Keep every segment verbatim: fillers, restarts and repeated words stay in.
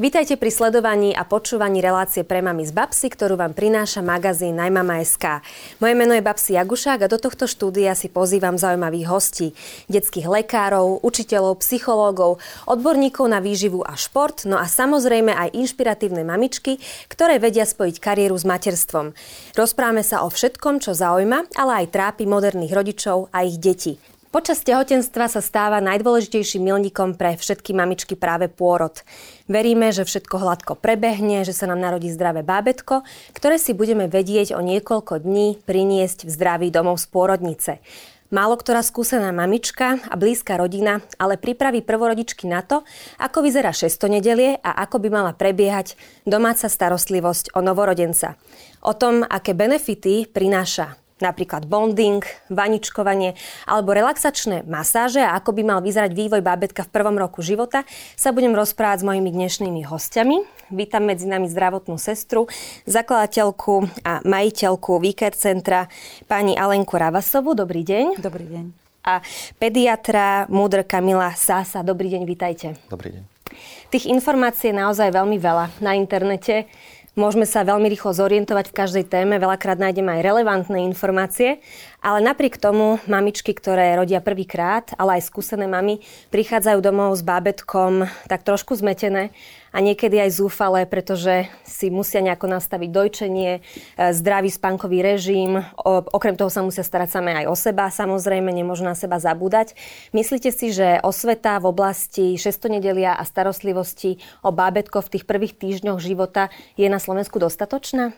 Vítajte pri sledovaní a počúvaní relácie Pre mami z Babsy, ktorú vám prináša magazín Najmama bodka es ká. Moje meno je Babsi Jagušák a do tohto štúdia si pozývam zaujímavých hostí. Detských lekárov, učiteľov, psychológov, odborníkov na výživu a šport, no a samozrejme aj inšpiratívne mamičky, ktoré vedia spojiť kariéru s materstvom. Rozprávame sa o všetkom, čo zaujíma, ale aj trápi moderných rodičov a ich detí. Počas tehotenstva sa stáva najdôležitejším milníkom pre všetky mamičky práve pôrod. Veríme, že všetko hladko prebehne, že sa nám narodí zdravé bábätko, ktoré si budeme vedieť o niekoľko dní priniesť v zdraví domov z pôrodnice. Málo ktorá skúsená mamička a blízka rodina ale pripraví prvorodičky na to, ako vyzerá šestonedelie a ako by mala prebiehať domáca starostlivosť o novorodenca. O tom, aké benefity prináša napríklad bonding, vaničkovanie alebo relaxačné masáže a ako by mal vyzerať vývoj bábätka v prvom roku života, sa budem rozprávať s mojimi dnešnými hostiami. Vítam medzi nami zdravotnú sestru, zakladateľku a majiteľku Víker centra pani Alenku Ravasovú. Dobrý deň. Dobrý deň. A pediatra múdr Kamila Sása. Dobrý deň, vítajte. Dobrý deň. Tých informácií je naozaj veľmi veľa na internete. Môžeme sa veľmi rýchlo zorientovať v každej téme, veľakrát nájdeme aj relevantné informácie, ale napriek tomu mamičky, ktoré rodia prvýkrát, ale aj skúsené mami, prichádzajú domov s bábätkom tak trošku zmetené a niekedy aj zúfalé, pretože si musia nejako nastaviť dojčenie, zdravý spánkový režim, okrem toho sa musia starať samé aj o seba, samozrejme, nemôžu na seba zabúdať. Myslíte si, že osveta v oblasti šestonedelia a starostlivosti o bábätko v tých prvých týždňoch života je na Slovensku dostatočná?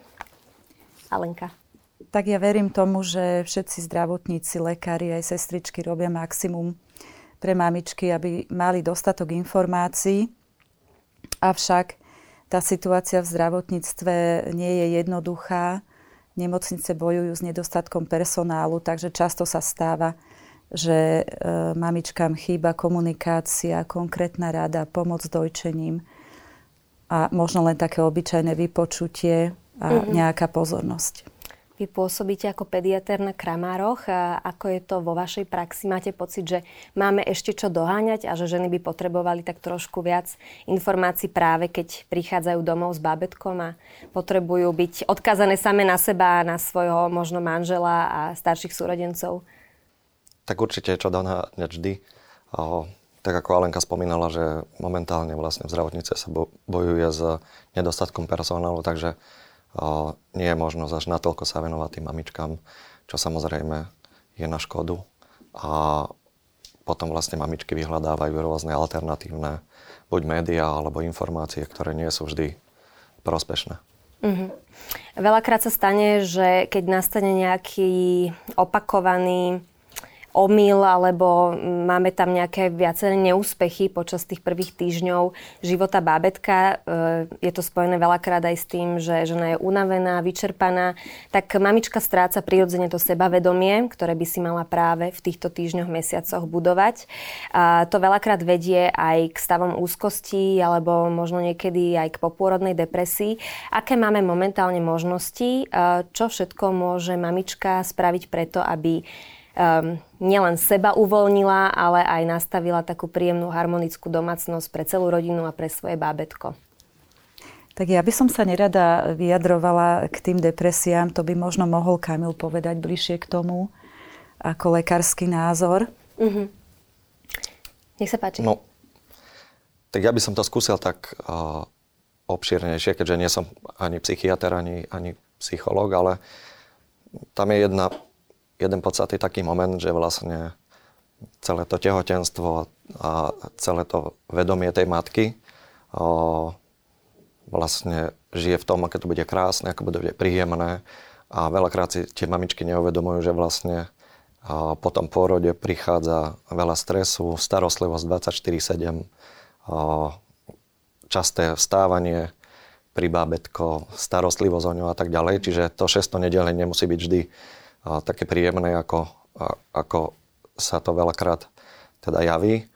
Alenka. Tak ja verím tomu, že všetci zdravotníci, lekári aj sestričky robia maximum pre mamičky, aby mali dostatok informácií. Avšak tá situácia v zdravotníctve nie je jednoduchá. Nemocnice bojujú s nedostatkom personálu, takže často sa stáva, že e, mamičkám chýba komunikácia, konkrétna rada, pomoc s dojčením a možno len také obyčajné vypočutie a mm-hmm. nejaká pozornosť. Vy pôsobíte ako pediatér na Kramároch. A ako je to vo vašej praxi? Máte pocit, že máme ešte čo doháňať a že ženy by potrebovali tak trošku viac informácií práve keď prichádzajú domov s bábätkom a potrebujú byť odkázané same na seba, na svojho možno manžela a starších súrodencov? Tak určite je čo doháňať vždy. O, tak ako Alenka spomínala, že momentálne vlastne v zdravotnice sa bojuje s nedostatkom personálu, takže O, nie je možnosť až natoľko sa venovať tým mamičkám, čo samozrejme je na škodu. A potom vlastne mamičky vyhľadávajú rôzne alternatívne buď médiá alebo informácie, ktoré nie sú vždy prospešné. Mm-hmm. Veľakrát sa stane, že keď nastane nejaký opakovaný omyl, alebo máme tam nejaké viaceré neúspechy počas tých prvých týždňov života bábätka. Je to spojené veľakrát aj s tým, že žena je unavená, vyčerpaná, tak mamička stráca prirodzene to sebavedomie, ktoré by si mala práve v týchto týždňoch, mesiacoch budovať. A to veľakrát vedie aj k stavom úzkosti, alebo možno niekedy aj k popôrodnej depresii. Aké máme momentálne možnosti? Čo všetko môže mamička spraviť preto, aby Um, nielen seba uvoľnila, ale aj nastavila takú príjemnú harmonickú domácnosť pre celú rodinu a pre svoje bábätko? Tak ja by som sa nerada vyjadrovala k tým depresiám. To by možno mohol Kamil povedať bližšie k tomu, ako lekársky názor. Uh-huh. Nech sa páči. No, tak ja by som to skúsil tak uh, obšírnejšie, keďže nie som ani psychiater, ani, ani psychológ, ale tam je jedna jeden podstatný taký moment, že vlastne celé to tehotenstvo a celé to vedomie tej matky o, vlastne žije v tom, aké to bude krásne, ako bude príjemné a veľakrát si tie mamičky neuvedomujú, že vlastne o, po tom pôrode prichádza veľa stresu, starostlivosť dvadsaťštyri sedem, o, časté vstávanie pri bábätko, starostlivosť o ňo a tak ďalej, čiže to šestonedele nemusí byť vždy A také príjemné, ako, a, ako sa to veľakrát teda javí.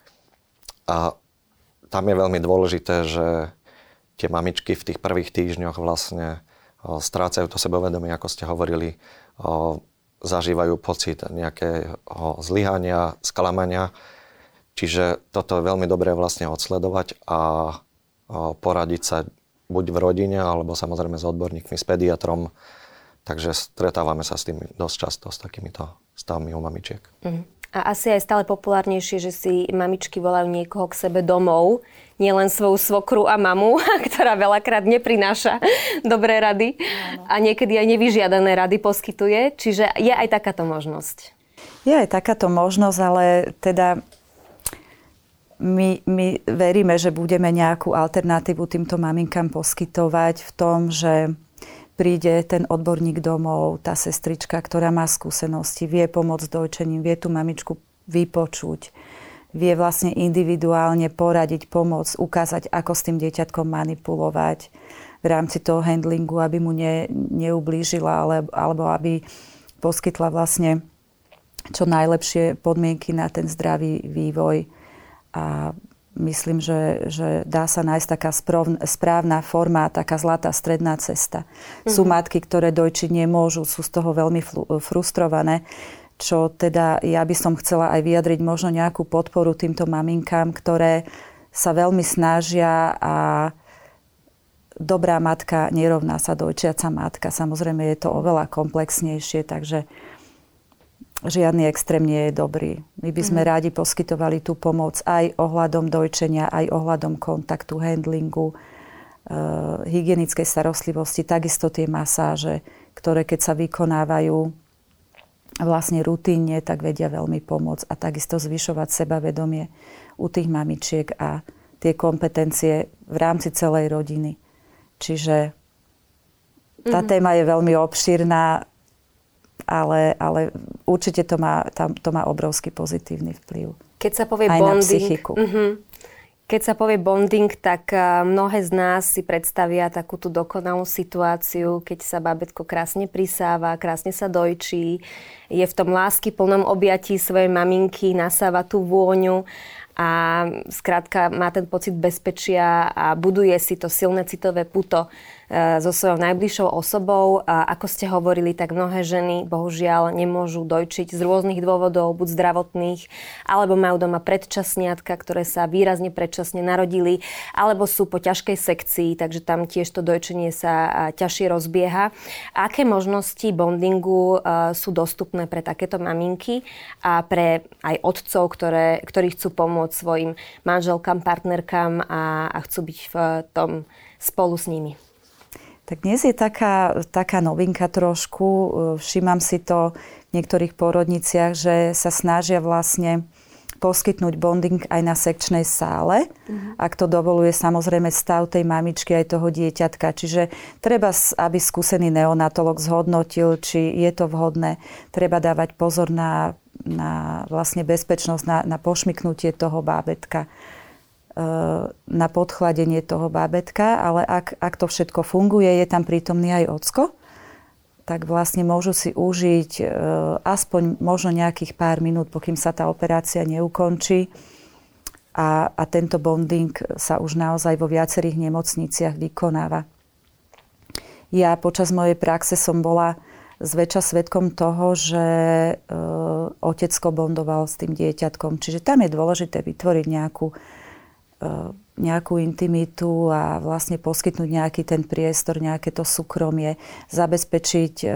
A tam je veľmi dôležité, že tie mamičky v tých prvých týždňoch vlastne o, strácajú to sebavedomie, ako ste hovorili, o, zažívajú pocit nejakého zlyhania, sklamania. Čiže toto je veľmi dobré vlastne odsledovať a poradiť sa buď v rodine, alebo samozrejme s odborníkmi, s pediatrom. Takže stretávame sa s tým dosť často, s takýmito stavmi u mamičiek. Uh-huh. A asi aj stále populárnejšie, že si mamičky volajú niekoho k sebe domov, nielen svoju svokru a mamu, ktorá veľakrát neprináša dobré rady a niekedy aj nevyžiadané rady poskytuje. Čiže je aj takáto možnosť. Je aj takáto možnosť, ale teda my, my veríme, že budeme nejakú alternatívu týmto maminkám poskytovať v tom, že príde ten odborník domov, tá sestrička, ktorá má skúsenosti, vie pomôcť dojčením, vie tú mamičku vypočuť, vie vlastne individuálne poradiť, pomôcť, ukázať, ako s tým dieťatkom manipulovať v rámci toho handlingu, aby mu ne, neublížila, ale, alebo aby poskytla vlastne čo najlepšie podmienky na ten zdravý vývoj. A myslím, že, že dá sa nájsť taká správna forma, taká zlatá stredná cesta. Mm-hmm. Sú matky, ktoré dojčiť nemôžu, sú z toho veľmi frustrované, čo teda ja by som chcela aj vyjadriť možno nejakú podporu týmto maminkám, ktoré sa veľmi snažia a dobrá matka nerovná sa dojčiaca matka. Samozrejme je to oveľa komplexnejšie, takže žiadny extrém nie je dobrý. My by sme mm. rádi poskytovali tú pomoc aj ohľadom dojčenia, aj ohľadom kontaktu, handlingu, e, hygienickej starostlivosti, takisto tie masáže, ktoré keď sa vykonávajú vlastne rutínne, tak vedia veľmi pomôcť a takisto zvyšovať sebavedomie u tých mamičiek a tie kompetencie v rámci celej rodiny. Čiže tá mm. téma je veľmi obširná, Ale, ale určite to má, tam, to má obrovský pozitívny vplyv. Keď sa povie aj bonding, na psychiku. Uh-huh. Keď sa povie bonding, tak uh, mnohé z nás si predstavia takú tú dokonalú situáciu, keď sa bábätko krásne prisáva, krásne sa dojčí, je v tom láskyplnom objatí svojej maminky, nasáva tú vôňu a skrátka má ten pocit bezpečia a buduje si to silné citové puto so svojou najbližšou osobou. A ako ste hovorili, tak mnohé ženy bohužiaľ nemôžu dojčiť z rôznych dôvodov, buď zdravotných, alebo majú doma predčasniatka, ktoré sa výrazne predčasne narodili, alebo sú po ťažkej sekcii, takže tam tiež to dojčenie sa ťažšie rozbieha. Aké možnosti bondingu sú dostupné pre takéto maminky a pre aj otcov, ktoré, ktorí chcú pomôcť svojim manželkám, partnerkám a, a chcú byť v tom spolu s nimi? Tak dnes je taká, taká novinka trošku. Všímam si to v niektorých pôrodniciach, že sa snažia vlastne poskytnúť bonding aj na sekčnej sále. Uh-huh. Ak to dovoluje samozrejme stav tej mamičky aj toho dieťatka. Čiže treba, aby skúsený neonatolog zhodnotil, či je to vhodné. Treba dávať pozor na, na vlastne bezpečnosť, na, na pošmyknutie toho bábätka, na podchladenie toho bábätka, ale ak, ak to všetko funguje, je tam prítomný aj ocko, tak vlastne môžu si užiť e, aspoň možno nejakých pár minút, pokým sa tá operácia neukončí. A, a tento bonding sa už naozaj vo viacerých nemocniciach vykonáva. Ja počas mojej praxe som bola zväčša svedkom toho, že e, otecko bondoval s tým dieťatkom. Čiže tam je dôležité vytvoriť nejakú nejakú intimitu a vlastne poskytnúť nejaký ten priestor, nejaké to súkromie, zabezpečiť e,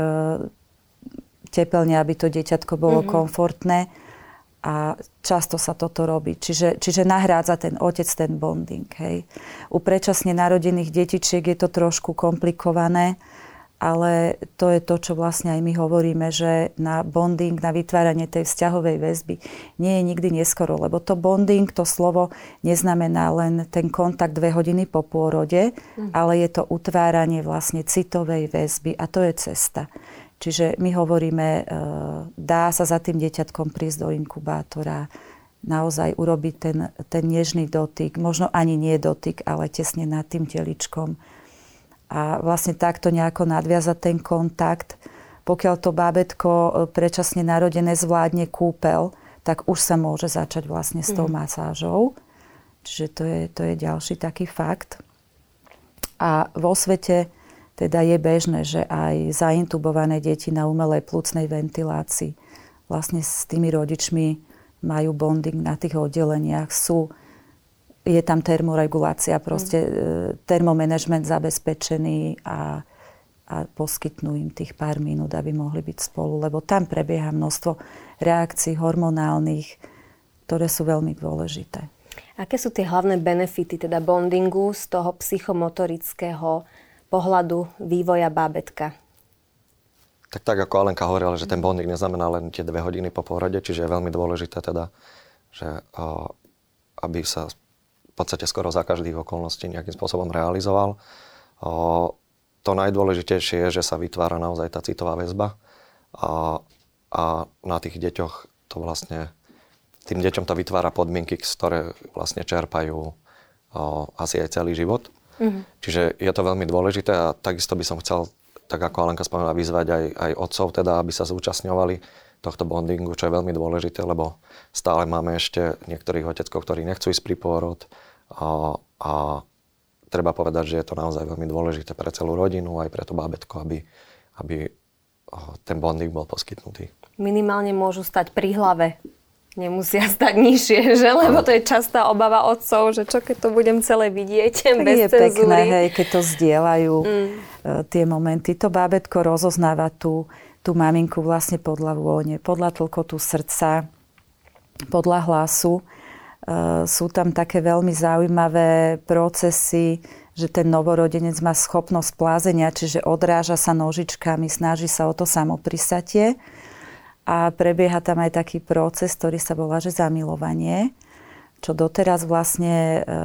tepelne, aby to dieťatko bolo mm-hmm. komfortné a často sa toto robí. Čiže, čiže nahrádza ten otec ten bonding. Hej. U predčasne narodených detičiek je to trošku komplikované, ale to je to, čo vlastne aj my hovoríme, že na bonding, na vytváranie tej vzťahovej väzby nie je nikdy neskoro, lebo to bonding, to slovo neznamená len ten kontakt dve hodiny po pôrode, mm. ale je to utváranie vlastne citovej väzby a to je cesta. Čiže my hovoríme, dá sa za tým dieťatkom prísť do inkubátora, naozaj urobiť ten, ten nežný dotyk, možno ani nie dotyk, ale tesne nad tým teličkom. A vlastne takto nejako nadviazať ten kontakt. Pokiaľ to bábätko predčasne narodené zvládne kúpeľ, tak už sa môže začať vlastne s tou masážou. Čiže to je, to je ďalší taký fakt. A vo svete teda je bežné, že aj zaintubované deti na umelej plúcnej ventilácii vlastne s tými rodičmi majú bonding na tých oddeleniach. Sú je tam termoregulácia, proste mm. termomanagement zabezpečený a, a poskytnú im tých pár minút, aby mohli byť spolu, lebo tam prebieha množstvo reakcií hormonálnych, ktoré sú veľmi dôležité. Aké sú tie hlavné benefity, teda bondingu z toho psychomotorického pohľadu vývoja bábätka? Tak tak, ako Alenka hovorila, že ten bonding neznamená len tie dve hodiny po pôrode, čiže je veľmi dôležité teda, že uh, aby sa v podstate skoro za každých okolností nejakým spôsobom realizoval. Uh, to najdôležitejšie je, že sa vytvára naozaj tá citová väzba a, a na tých deťoch to vlastne, tým deťom to vytvára podmienky, ktoré vlastne čerpajú uh, asi aj celý život. Mm-hmm. Čiže je to veľmi dôležité a takisto by som chcel, tak ako Alenka spomenula, vyzvať aj, aj otcov, teda, aby sa zúčastňovali tohto bondingu, čo je veľmi dôležité, lebo stále máme ešte niektorých oteckov, ktorí nechcú ísť pri pôrod a, a treba povedať, že je to naozaj veľmi dôležité pre celú rodinu, aj pre to bábätko, aby, aby ten bonding bol poskytnutý. Minimálne môžu stať pri hlave. Nemusia stať nižšie, že? Lebo to je častá obava otcov, že čo keď to budem celé vidieť bez je cenzúry. Pekné, hej, keď to zdieľajú mm. tie momenty. To bábätko rozoznáva tú, tú maminku vlastne podľa vône, podľa tlkotu srdca, podľa hlasu. Uh, sú tam také veľmi zaujímavé procesy, že ten novorodenec má schopnosť plázenia, čiže odráža sa nožičkami, snaží sa o to samoprisatie. A prebieha tam aj taký proces, ktorý sa volá, že zamilovanie, čo doteraz vlastne e,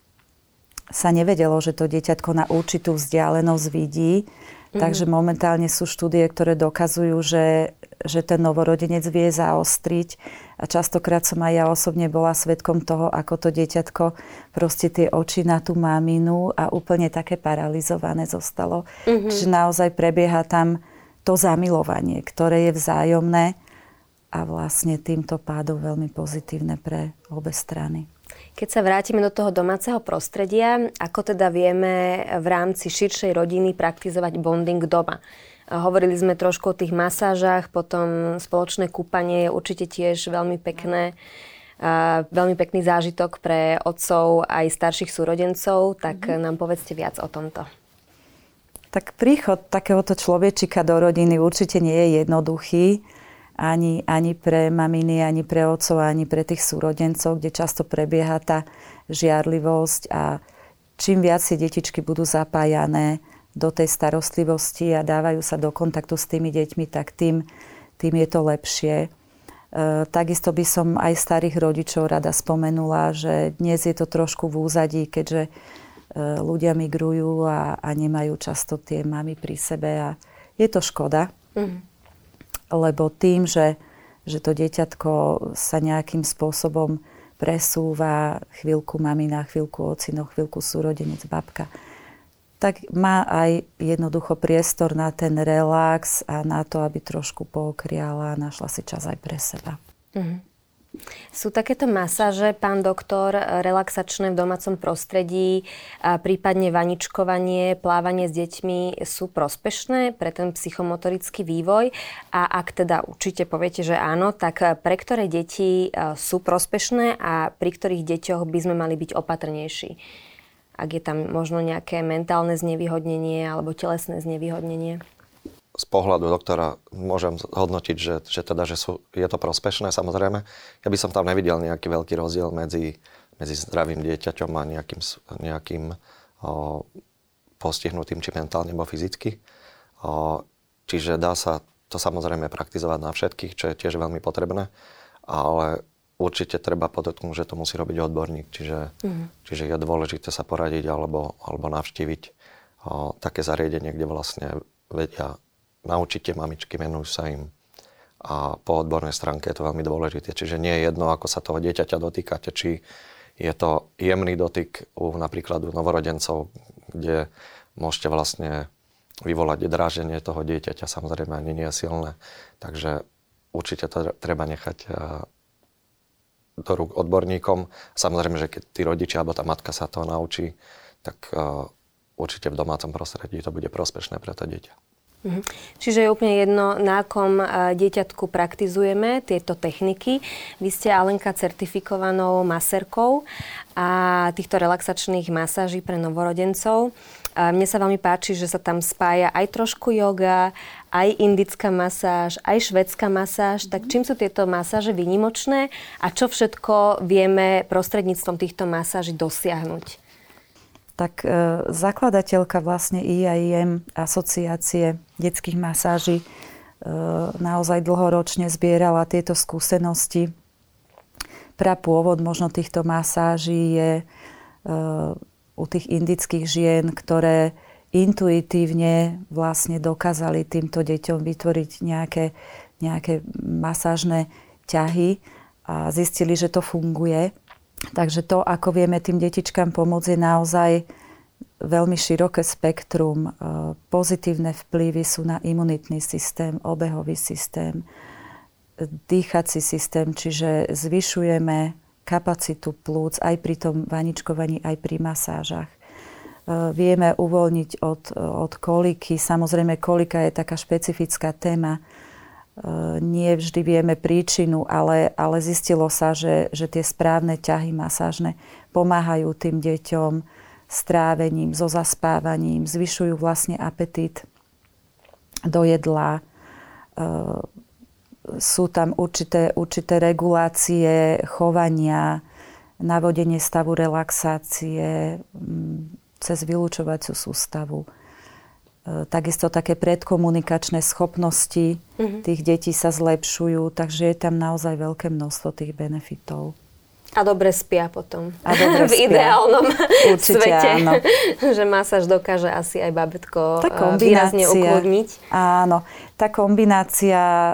sa nevedelo, že to dieťatko na určitú vzdialenosť vidí. Mm-hmm. Takže momentálne sú štúdie, ktoré dokazujú, že, že ten novorodenec vie zaostriť. A častokrát som aj ja osobne bola svedkom toho, ako to dieťatko proste tie oči na tú maminu a úplne také paralizované zostalo. Mm-hmm. Čiže naozaj prebieha tam to zamilovanie, ktoré je vzájomné a vlastne týmto pádom veľmi pozitívne pre obe strany. Keď sa vrátime do toho domáceho prostredia, ako teda vieme v rámci širšej rodiny praktizovať bonding doma? Hovorili sme trošku o tých masážach, potom spoločné kúpanie je určite tiež veľmi pekné, veľmi pekný zážitok pre otcov aj starších súrodencov, tak mm-hmm. nám povedzte viac o tomto. Tak príchod takéhoto človečika do rodiny určite nie je jednoduchý. Ani, ani pre maminy, ani pre otcov, ani pre tých súrodencov, kde často prebieha tá žiarlivosť a čím viac si detičky budú zapájané do tej starostlivosti a dávajú sa do kontaktu s tými deťmi, tak tým, tým je to lepšie. E, takisto by som aj starých rodičov rada spomenula, že dnes je to trošku v úzadí, keďže ľudia migrujú a, a nemajú často tie mamy pri sebe a je to škoda, mm. lebo tým, že, že to dieťatko sa nejakým spôsobom presúva, chvíľku mamina, chvíľku ocino, chvíľku súrodenec, babka, tak má aj jednoducho priestor na ten relax a na to, aby trošku pookriala a našla si čas aj pre seba. Mm. Sú takéto masáže, pán doktor, relaxačné v domácom prostredí, a prípadne vaničkovanie, plávanie s deťmi sú prospešné pre ten psychomotorický vývoj? A ak teda určite poviete, že áno, tak pre ktoré deti sú prospešné a pri ktorých deťoch by sme mali byť opatrnejší? Ak je tam možno nejaké mentálne znevýhodnenie alebo telesné znevýhodnenie? Z pohľadu doktora môžem hodnotiť, že, že, teda, že sú, je to prospešné, samozrejme. Ja by som tam nevidel nejaký veľký rozdiel medzi, medzi zdravým dieťaťom a nejakým, nejakým o, postihnutým, či mentálne, alebo fyzicky. O, čiže dá sa to samozrejme praktizovať na všetkých, čo je tiež veľmi potrebné, ale určite treba podotknúť, že to musí robiť odborník, čiže, mm. čiže je dôležité sa poradiť alebo, alebo navštíviť o, také zariadenie, kde vlastne vedia naučiť tie mamičky, venujú sa im a po odbornej stránke je to veľmi dôležité. Čiže nie je jedno, ako sa toho dieťaťa dotýkate, či je to jemný dotyk u napríklad u novorodencov, kde môžete vlastne vyvolať dráždenie toho dieťaťa, samozrejme ani nie je silné. Takže určite to treba nechať do rúk odborníkom. Samozrejme, že keď tí rodičia alebo tá matka sa to naučí, tak určite v domácom prostredí to bude prospešné pre to dieťa. Mhm. Čiže je úplne jedno, na akom dieťatku praktizujeme tieto techniky. Vy ste, Alenka, certifikovanou masérkou a týchto relaxačných masáží pre novorodencov. A mne sa veľmi páči, že sa tam spája aj trošku yoga, aj indická masáž, aj švédska masáž. Tak čím sú tieto masáže výnimočné a čo všetko vieme prostredníctvom týchto masáží dosiahnuť? Tak e, zakladateľka vlastne í á í em, Asociácie detských masáží, e, naozaj dlhoročne zbierala tieto skúsenosti. Prapôvod možno týchto masáží je e, u tých indických žien, ktoré intuitívne vlastne dokázali týmto deťom vytvoriť nejaké, nejaké masážne ťahy a zistili, že to funguje. Takže to, ako vieme tým detičkám pomôcť, je naozaj veľmi široké spektrum. Pozitívne vplyvy sú na imunitný systém, obehový systém, dýchací systém, čiže zvyšujeme kapacitu plúc aj pri tom vaničkovaní, aj pri masážach. Vieme uvoľniť od, od koliky. Samozrejme, kolika je taká špecifická téma. Nie vždy vieme príčinu, ale, ale zistilo sa, že, že tie správne ťahy masážne pomáhajú tým deťom s trávením, so zaspávaním, zvyšujú vlastne apetít do jedla. Sú tam určité, určité regulácie chovania, navodenie stavu relaxácie cez vylučovaciu sústavu. Takisto také predkomunikačné schopnosti mm-hmm. tých detí sa zlepšujú, takže je tam naozaj veľké množstvo tých benefitov. A dobre spia potom. A dobre v spia. ideálnom Určite, svete. Áno. Že masáž dokáže asi aj babetko výrazne ukludniť. Áno. Tá kombinácia e,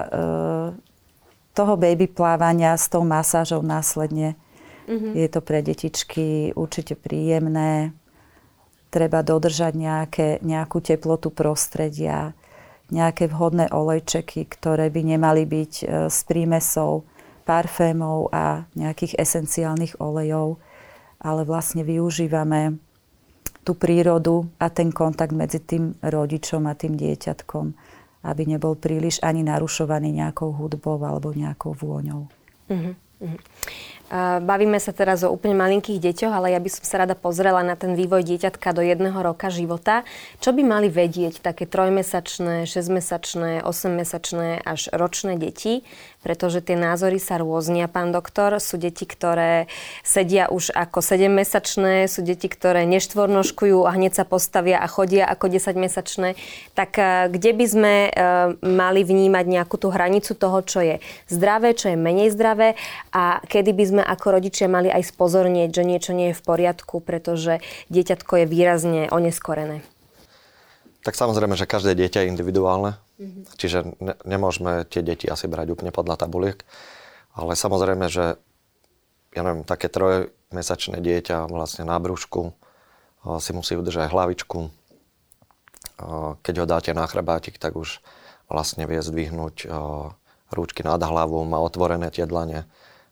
toho baby plávania s tou masážou následne mm-hmm. je to pre detičky určite príjemné. Treba dodržať nejaké, nejakú teplotu prostredia, nejaké vhodné olejčeky, ktoré by nemali byť s prímesou parfémov a nejakých esenciálnych olejov, ale vlastne využívame tú prírodu a ten kontakt medzi tým rodičom a tým dieťatkom, aby nebol príliš ani narušovaný nejakou hudbou alebo nejakou vôňou. Uh-huh, uh-huh. Bavíme sa teraz o úplne malinkých deťoch, ale ja by som sa rada pozrela na ten vývoj dieťatka do jedného roka života. Čo by mali vedieť také trojmesačné, šesťmesačné, osemmesačné až ročné deti? Pretože tie názory sa rôznia, pán doktor. Sú deti, ktoré sedia už ako sedemmesačné, sú deti, ktoré neštvornožkujú a hneď sa postavia a chodia ako desaťmesačné. Tak kde by sme mali vnímať nejakú tú hranicu toho, čo je zdravé, čo je menej zdravé a kedy by sme ako rodičia mali aj spozornieť, že niečo nie je v poriadku, pretože dieťatko je výrazne oneskorené? Tak samozrejme, že každé dieťa je individuálne, mm-hmm. čiže ne, nemôžeme tie deti asi brať úplne podľa tabuliek, ale samozrejme, že ja neviem, také trojmesačné dieťa vlastne na brúšku si musí udržať hlavičku. Keď ho dáte na chrbátik, tak už vlastne vie zdvihnúť rúčky nad hlavu, má otvorené tie dlane,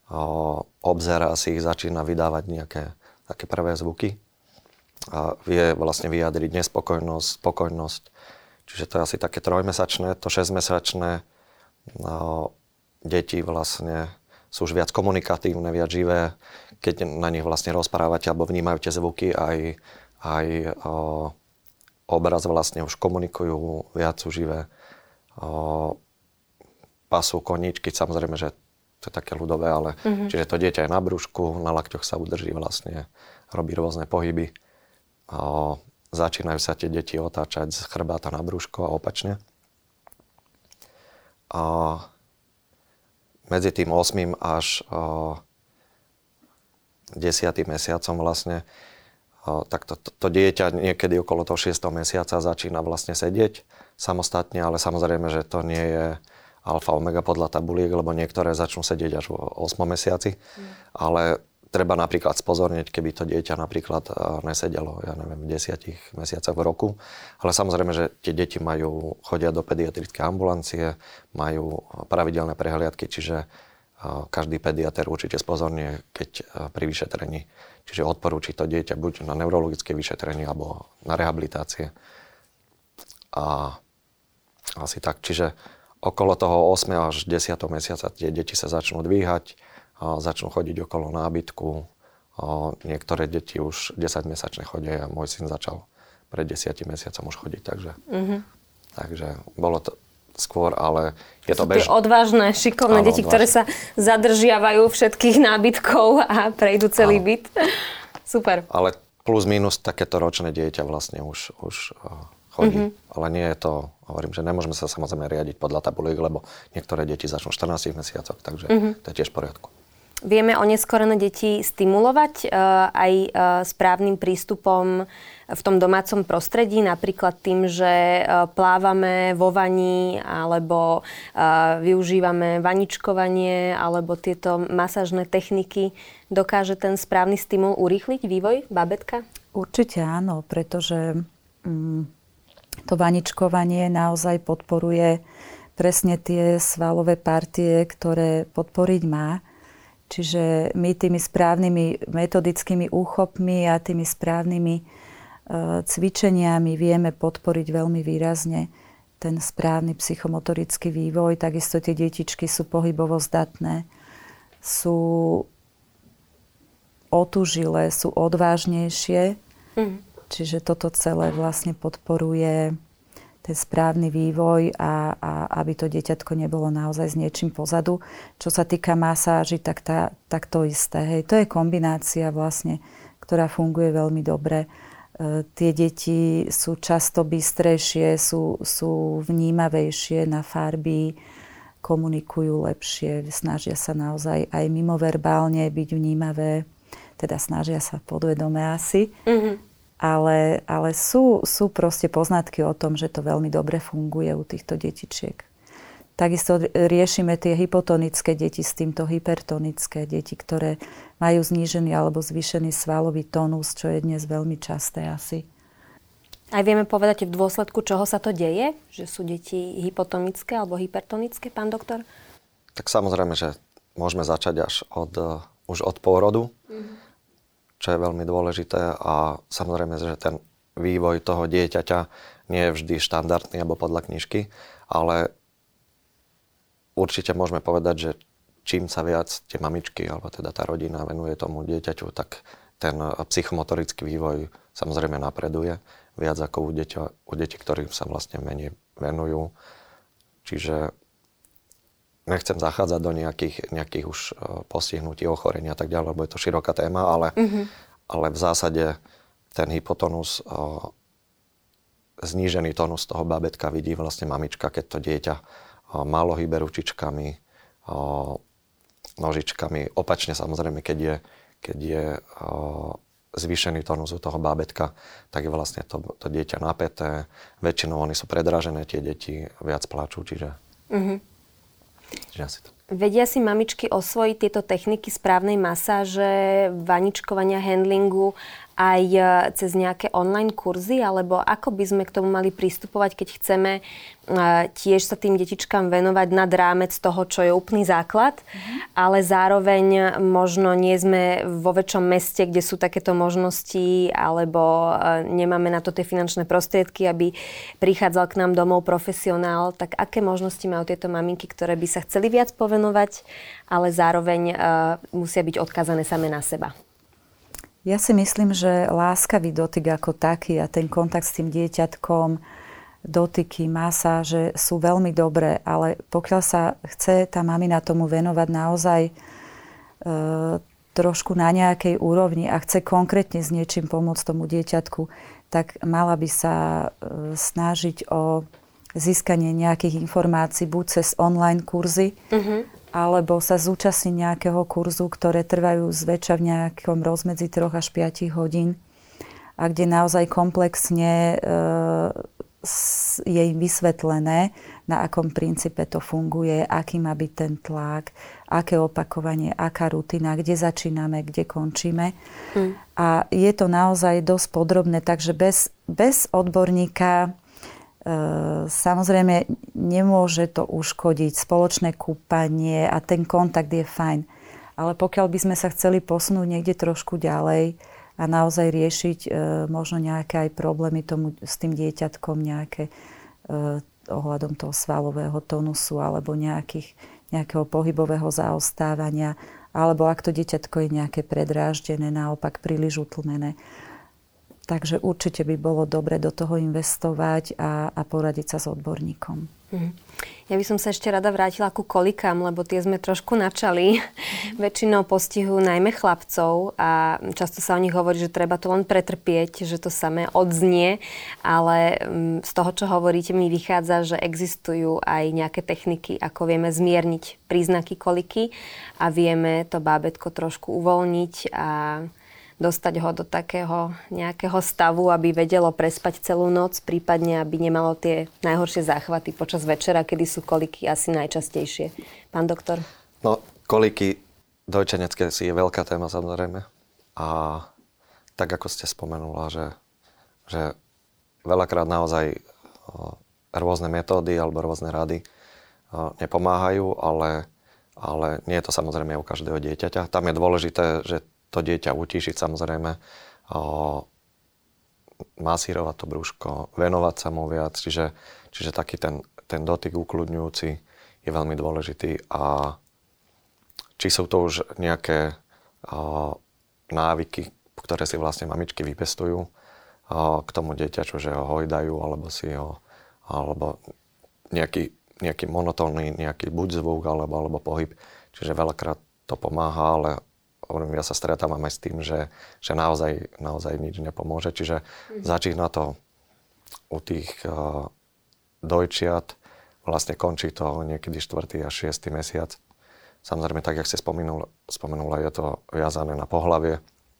obzerá si ich, začína vydávať nejaké také prvé zvuky. A vie vlastne vyjadriť nespokojnosť, spokojnosť. Čiže to je asi také trojmesačné, to šesťmesačné. No, deti vlastne sú už viac komunikatívne, viac živé. Keď na nich vlastne rozprávate alebo vnímajú tie zvuky, aj, aj o, obraz vlastne už komunikujú, viac sú živé. O, pasú koníčky, samozrejme, že to je také ľudové, ale mm-hmm. čiže to dieťa je na brúšku, na lakťoch sa udrží vlastne, robí rôzne pohyby. O, začínajú sa tie deti otáčať z chrbáta na brúško a opačne. O, medzi tým ôsmym až o, desiatym mesiacom vlastne, o, tak to, to, to dieťa niekedy okolo toho šiesteho mesiaca začína vlastne sedieť samostatne, ale samozrejme, že to nie je alfa omega podľa tabuliek, lebo niektoré začnú sedieť až v ôsmom mesiaci, mm. ale treba napríklad spozorniť, keby to dieťa napríklad nesedelo, ja neviem, v desiatich mesiacoch v roku. Ale samozrejme, že tie deti majú, chodia do pediatrickej ambulancie, majú pravidelné prehliadky, čiže každý pediater určite spozornie, keď pri vyšetrení. Čiže odporúči to dieťa buď na neurologické vyšetrenie, alebo na rehabilitácie. A Asi tak. Čiže okolo toho ôsmeho až desiateho mesiaca tie deti sa začnú dvíhať, a začnú chodiť okolo nábytku. A niektoré deti už desaťmesačné chodia a môj syn začal pred desiatimi mesiacom už chodiť. Takže, mm-hmm. takže bolo to skôr, ale je to bežné. Tie odvážne, šikovné áno, deti, odvážne. ktoré sa zadržiavajú všetkých nábytkov a prejdú celý áno. byt. Super. Ale plus minus takéto ročné dieťa vlastne už, už uh, chodí. Mm-hmm. Ale nie je to, hovorím, že nemôžeme sa samozrejme riadiť podľa tabuliek, lebo niektoré deti začnú v štrnástich mesiacoch, takže mm-hmm. to je tiež v poriadku. Vieme oneskorené deti stimulovať uh, aj uh, správnym prístupom v tom domácom prostredí, napríklad tým, že uh, plávame vo vani, alebo uh, využívame vaničkovanie, alebo tieto masážne techniky. Dokáže ten správny stimul urýchliť vývoj bábätka? Určite áno, pretože mm, to vaničkovanie naozaj podporuje presne tie svalové partie, ktoré podporiť má. Čiže my tými správnymi metodickými úchopmi a tými správnymi e, cvičeniami vieme podporiť veľmi výrazne ten správny psychomotorický vývoj. Takisto tie detičky sú pohybovo zdatné, sú otužilé, sú odvážnejšie. Mm. Čiže toto celé vlastne podporuje ten správny vývoj a, a aby to dieťatko nebolo naozaj s niečím pozadu. Čo sa týka masáži, tak, tá, tak to isté. Hej. To je kombinácia vlastne, ktorá funguje veľmi dobre. E, tie deti sú často bystrejšie, sú, sú vnímavejšie na farby, komunikujú lepšie, snažia sa naozaj aj mimoverbálne byť vnímavé, teda snažia sa podvedome asi. Mm-hmm. Ale, ale sú, sú proste poznatky o tom, že to veľmi dobre funguje u týchto detičiek. Takisto riešime tie hypotonické deti s týmto hypertonické deti, ktoré majú znížený alebo zvýšený svalový tónus, čo je dnes veľmi časté asi. Aj vieme povedať v dôsledku, čoho sa to deje? Že sú deti hypotonické alebo hypertonické, pán doktor? Tak samozrejme, že môžeme začať až od, už od pôrodu. Mm-hmm. Čo je veľmi dôležité a samozrejme, že ten vývoj toho dieťaťa nie je vždy štandardný alebo podľa knižky, ale určite môžeme povedať, že čím sa viac tie mamičky alebo teda tá rodina venuje tomu dieťaťu, tak ten psychomotorický vývoj samozrejme napreduje viac ako u, deťa, u detí, ktorým sa vlastne menej venujú. Čiže nechcem zachádzať do nejakých, nejakých už postihnutí, ochorení a tak ďalej, lebo je to široká téma, ale, mm-hmm. ale v zásade ten hypotonus, o, znížený tonus toho bábätka vidí vlastne mamička, keď to dieťa o, málo hýbe ručičkami, o, nožičkami. Opačne samozrejme, keď je, keď je o, zvýšený tonus u toho bábätka, tak je vlastne to, to dieťa napäté. Väčšinou oni sú predražené, tie deti viac pláču, čiže... Mm-hmm. Vedia si mamičky osvojiť tieto techniky správnej masáže, vaničkovania, handlingu aj cez nejaké online kurzy? Alebo ako by sme k tomu mali pristupovať, keď chceme tiež sa tým detičkám venovať nad rámec toho, čo je úplný základ, mm-hmm. ale zároveň možno nie sme vo väčšom meste, kde sú takéto možnosti, alebo nemáme na to tie finančné prostriedky, aby prichádzal k nám domov profesionál. Tak aké možnosti majú tieto maminky, ktoré by sa chceli viac povenovať, ale zároveň uh, musia byť odkázané same na seba? Ja si myslím, že láskavý dotyk ako taký a ten kontakt s tým dieťatkom, dotyky, masáže sú veľmi dobré, ale pokiaľ sa chce tá mamina tomu venovať naozaj e, trošku na nejakej úrovni a chce konkrétne s niečím pomôcť tomu dieťatku, tak mala by sa e, snažiť o získanie nejakých informácií buď cez online kurzy, mm-hmm. alebo sa zúčastniť nejakého kurzu, ktoré trvajú zväčša v nejakom rozmedzi troch až piatich hodín a kde naozaj komplexne e, je im vysvetlené, na akom princípe to funguje, aký má byť ten tlak, aké opakovanie, aká rutina, kde začíname, kde končíme. Mm. A je to naozaj dosť podrobné, takže bez, bez odborníka e, samozrejme nemôže to uškodiť. Spoločné kúpanie a ten kontakt je fajn. Ale pokiaľ by sme sa chceli posunúť niekde trošku ďalej, a naozaj riešiť e, možno nejaké aj problémy tomu, s tým dieťatkom, nejaké e, ohľadom toho svalového tonusu alebo nejakých, nejakého pohybového zaostávania, alebo ak to dieťatko je nejaké predráždené, naopak príliš utlmené. Takže určite by bolo dobre do toho investovať a, a poradiť sa s odborníkom. Mm. Ja by som sa ešte rada vrátila ku kolikám, lebo tie sme trošku načali. Mm. Väčšinou postihujú najmä chlapcov a často sa o nich hovorí, že treba to len pretrpieť, že to samé odznie, ale z toho, čo hovoríte, mi vychádza, že existujú aj nejaké techniky, ako vieme zmierniť príznaky koliky a vieme to bábätko trošku uvoľniť a dostať ho do takého nejakého stavu, aby vedelo prespať celú noc, prípadne aby nemalo tie najhoršie záchvaty počas večera, kedy sú koliky asi najčastejšie. Pán doktor? No, koliky dojčenecké si je veľká téma, samozrejme. A tak, ako ste spomenula, že, že veľakrát naozaj rôzne metódy alebo rôzne rady nepomáhajú, ale, ale nie je to samozrejme u každého dieťaťa. Tam je dôležité, že to dieťa utíšiť, samozrejme, o, masírovať to brúško, venovať sa mu viac, čiže, čiže taký ten, ten dotyk ukludňujúci je veľmi dôležitý. A či sú to už nejaké o, návyky, ktoré si vlastne mamičky vypestujú o, k tomu dieťaču, že ho hojdajú, alebo si ho, alebo nejaký, nejaký monotónny, nejaký buď zvuk, alebo, alebo pohyb. Čiže veľakrát to pomáha, ale ja sa stretávam aj s tým, že, že naozaj, naozaj nič nepomôže. Čiže mm. začína to u tých uh, dojčiat, vlastne končí to niekedy štvrtý až šiestý mesiac. Samozrejme, tak, jak ste spomenula, spomenula, je to viazané na pohlavie.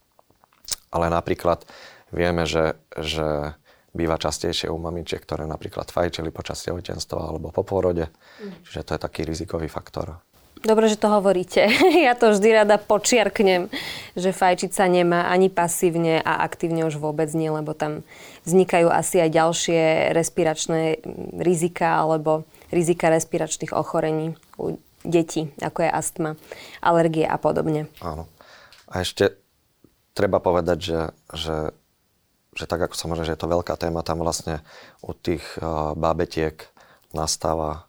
Ale napríklad vieme, že, že býva častejšie u mamičiek, ktoré napríklad fajčili počas tehotenstva alebo po pôrode. Mm. Čiže to je taký rizikový faktor. Dobre, že to hovoríte. Ja to vždy rada počiarknem, že fajčiť sa nemá ani pasívne a aktívne už vôbec nie, lebo tam vznikajú asi aj ďalšie respiračné rizika alebo rizika respiračných ochorení u detí, ako je astma, alergie a podobne. Áno. A ešte treba povedať, že, že, že tak ako som hovoril, že je to veľká téma, tam vlastne u tých uh, bábetiek nastáva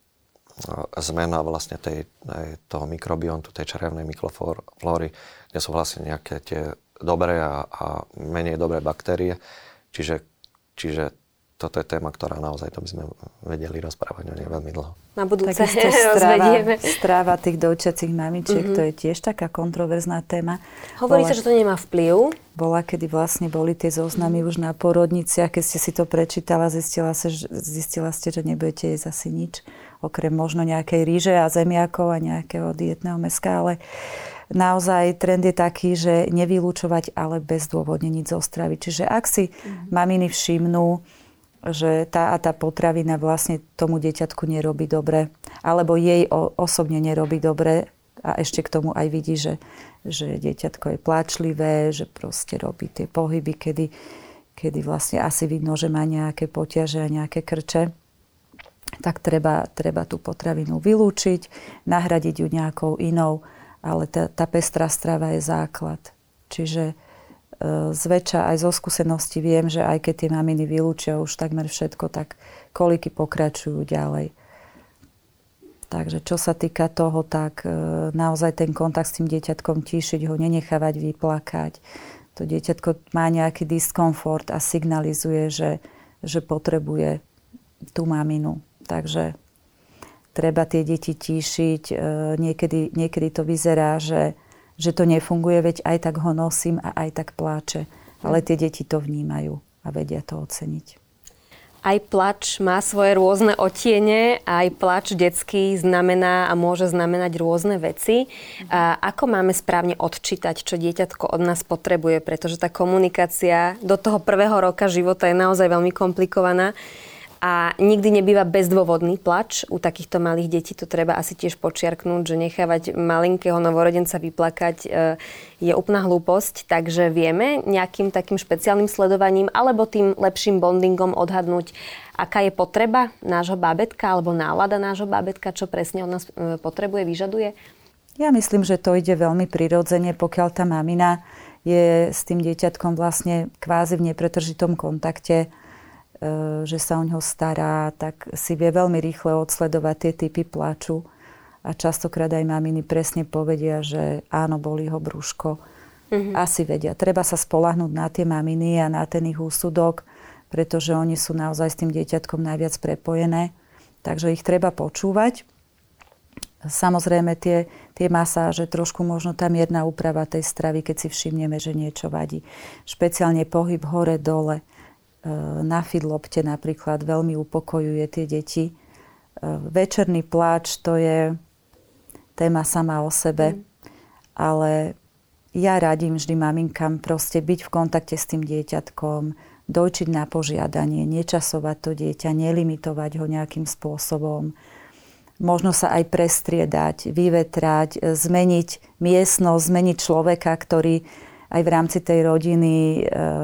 zmena vlastne tej, toho mikrobiontu, tej črevnej mikroflóry, kde sú vlastne nejaké tie dobré a, a menej dobré baktérie. Čiže, čiže toto je téma, ktorá naozaj to by sme vedeli rozprávať o nej veľmi dlho. Na budúce rozvedieme. Stráva tých dojčiacich mamičiek, mm-hmm. to je tiež taká kontroverzná téma. Hovorí sa, že to nemá vplyv. Bola, kedy vlastne boli tie zoznamy mm-hmm. už na porodniciach, keď ste si to prečítala, zistila, sa, zistila ste, že nebudete jesť asi nič, okrem možno nejakej ríže a zemiakov a nejakého dietného mäska, ale naozaj trend je taký, že nevylúčovať, ale bezdôvodne nič zo stravy. Čiže ak si mm-hmm. maminy všimnú, že tá a tá potravina vlastne tomu dieťatku nerobí dobre, alebo jej o, osobne nerobí dobre a ešte k tomu aj vidí, že, že dieťatko je pláčlivé, že proste robí tie pohyby, kedy, kedy vlastne asi vidno, že má nejaké poťaže a nejaké krče, tak treba, treba tú potravinu vylúčiť, nahradiť ju nejakou inou, ale tá, tá pestrá strava je základ. Čiže zväčša aj zo skúsenosti viem, že aj keď tie maminy vylúčia už takmer všetko, tak koliky pokračujú ďalej. Takže čo sa týka toho, tak naozaj ten kontakt s tým dieťatkom tíšiť ho, nenechávať vyplakať. To dieťatko má nejaký diskomfort a signalizuje, že, že potrebuje tú maminu. Takže treba tie deti tíšiť. Niekedy, niekedy to vyzerá, že že to nefunguje, veď aj tak ho nosím a aj tak pláče. Ale tie deti to vnímajú a vedia to oceniť. Aj plač má svoje rôzne odtiene, aj plač detský znamená a môže znamenať rôzne veci. A ako máme správne odčítať, čo dieťatko od nás potrebuje, pretože tá komunikácia do toho prvého roka života je naozaj veľmi komplikovaná. A nikdy nebýva bezdôvodný plač. U takýchto malých detí to treba asi tiež počiarknúť, že nechávať malinkého novorodenca vyplakať je úplná hlúposť. Takže vieme nejakým takým špeciálnym sledovaním alebo tým lepším bondingom odhadnúť, aká je potreba nášho bábätka alebo nálada nášho bábätka, čo presne od nás potrebuje, vyžaduje? Ja myslím, že to ide veľmi prirodzene, pokiaľ tá mamina je s tým dieťatkom vlastne kvázi v nepretržitom kontakte. že sa o ňoho stará, tak si vie veľmi rýchle odsledovať tie typy pláču. A častokrát aj maminy presne povedia, že áno, bolí ho brúško. Mm-hmm. Asi vedia. Treba sa spoľahnúť na tie maminy a na ten ich úsudok, pretože oni sú naozaj s tým dieťatkom najviac prepojené. Takže ich treba počúvať. Samozrejme tie, tie masáže, trošku možno tá mierna úprava tej stravy, keď si všimneme, že niečo vadí. Špeciálne pohyb hore-dole. Na fidlopte napríklad veľmi upokojuje tie deti. Večerný pláč, to je téma sama o sebe, mm. ale ja radím vždy maminkám proste byť v kontakte s tým dieťatkom, dojčiť na požiadanie, nečasovať to dieťa, nelimitovať ho nejakým spôsobom. Možno sa aj prestriedať, vyvetrať, zmeniť miestnosť, zmeniť človeka, ktorý aj v rámci tej rodiny e,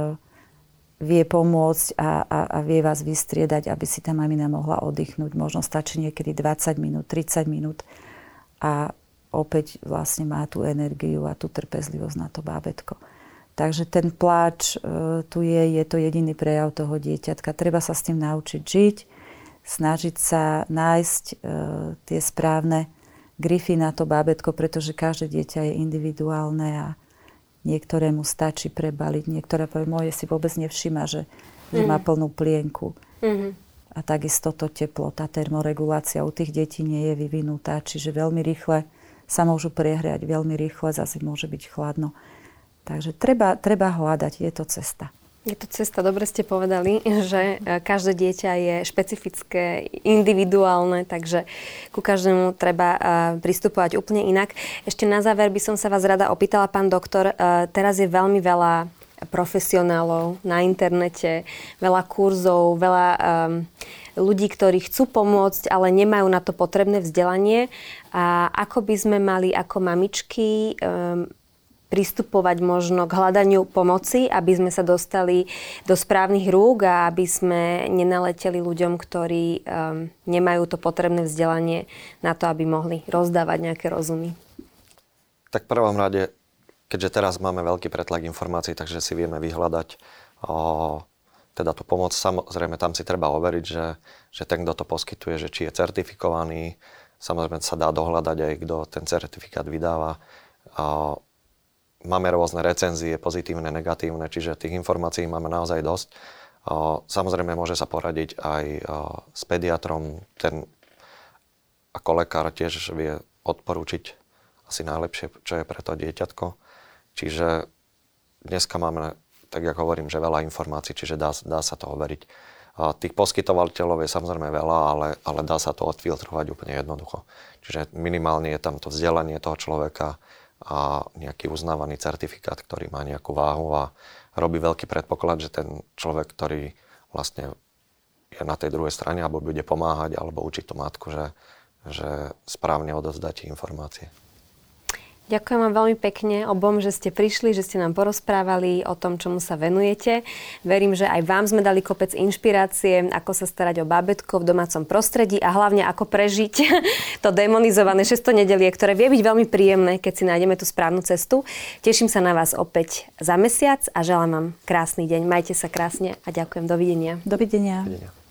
vie pomôcť a, a, a vie vás vystriedať, aby si tá mamina mohla oddychnúť. Možno stačí niekedy dvadsať minút, tridsať minút a opäť vlastne má tú energiu a tú trpezlivosť na to bábätko. Takže ten pláč e, tu je, je to jediný prejav toho dieťatka. Treba sa s tým naučiť žiť, snažiť sa nájsť e, tie správne grify na to bábätko, pretože každé dieťa je individuálne a niektorému stačí prebaliť, niektoré moje si vôbec nevšíma, že, mm. že má plnú plienku. Mm-hmm. A takisto to teplo, tá termoregulácia u tých detí nie je vyvinutá, čiže veľmi rýchle sa môžu prehriať, veľmi rýchle zase môže byť chladno. Takže treba, treba hľadať, je to cesta. Je to cesta, dobre ste povedali, že každé dieťa je špecifické, individuálne, takže ku každému treba pristupovať úplne inak. Ešte na záver by som sa vás rada opýtala, pán doktor, teraz je veľmi veľa profesionálov na internete, veľa kurzov, veľa um, ľudí, ktorí chcú pomôcť, ale nemajú na to potrebné vzdelanie. A ako by sme mali ako mamičky um, pristupovať možno k hľadaniu pomoci, aby sme sa dostali do správnych rúk a aby sme nenaleteli ľuďom, ktorí um, nemajú to potrebné vzdelanie na to, aby mohli rozdávať nejaké rozumy? Tak v prvom rade, keďže teraz máme veľký pretlak informácií, takže si vieme vyhľadať o, teda tú pomoc. Samozrejme, tam si treba overiť, že, že ten, kto to poskytuje, že či je certifikovaný. Samozrejme, sa dá dohľadať aj, kto ten certifikát vydáva. O, máme rôzne recenzie, pozitívne, negatívne, čiže tých informácií máme naozaj dosť. O, samozrejme, môže sa poradiť aj o, s pediatrom. Ten ako lekár tiež vie odporúčiť asi najlepšie, čo je pre to dieťatko. Čiže dneska máme, tak ako hovorím, že veľa informácií, čiže dá, dá sa to overiť. A tých poskytovateľov je samozrejme veľa, ale, ale dá sa to odfiltrovať úplne jednoducho. Čiže minimálne je tam to vzdelanie toho človeka a nejaký uznávaný certifikát, ktorý má nejakú váhu a robí veľký predpoklad, že ten človek, ktorý vlastne je na tej druhej strane alebo bude pomáhať alebo učiť tú matku, že, že správne odovzdá tie informácie. Ďakujem vám veľmi pekne obom, že ste prišli, že ste nám porozprávali o tom, čomu sa venujete. Verím, že aj vám sme dali kopec inšpirácie, ako sa starať o bábätko v domácom prostredí a hlavne ako prežiť to demonizované šestonedelie, ktoré vie byť veľmi príjemné, keď si nájdeme tú správnu cestu. Teším sa na vás opäť za mesiac a želám vám krásny deň. Majte sa krásne a ďakujem. Dovidenia. Dovidenia. Dovidenia.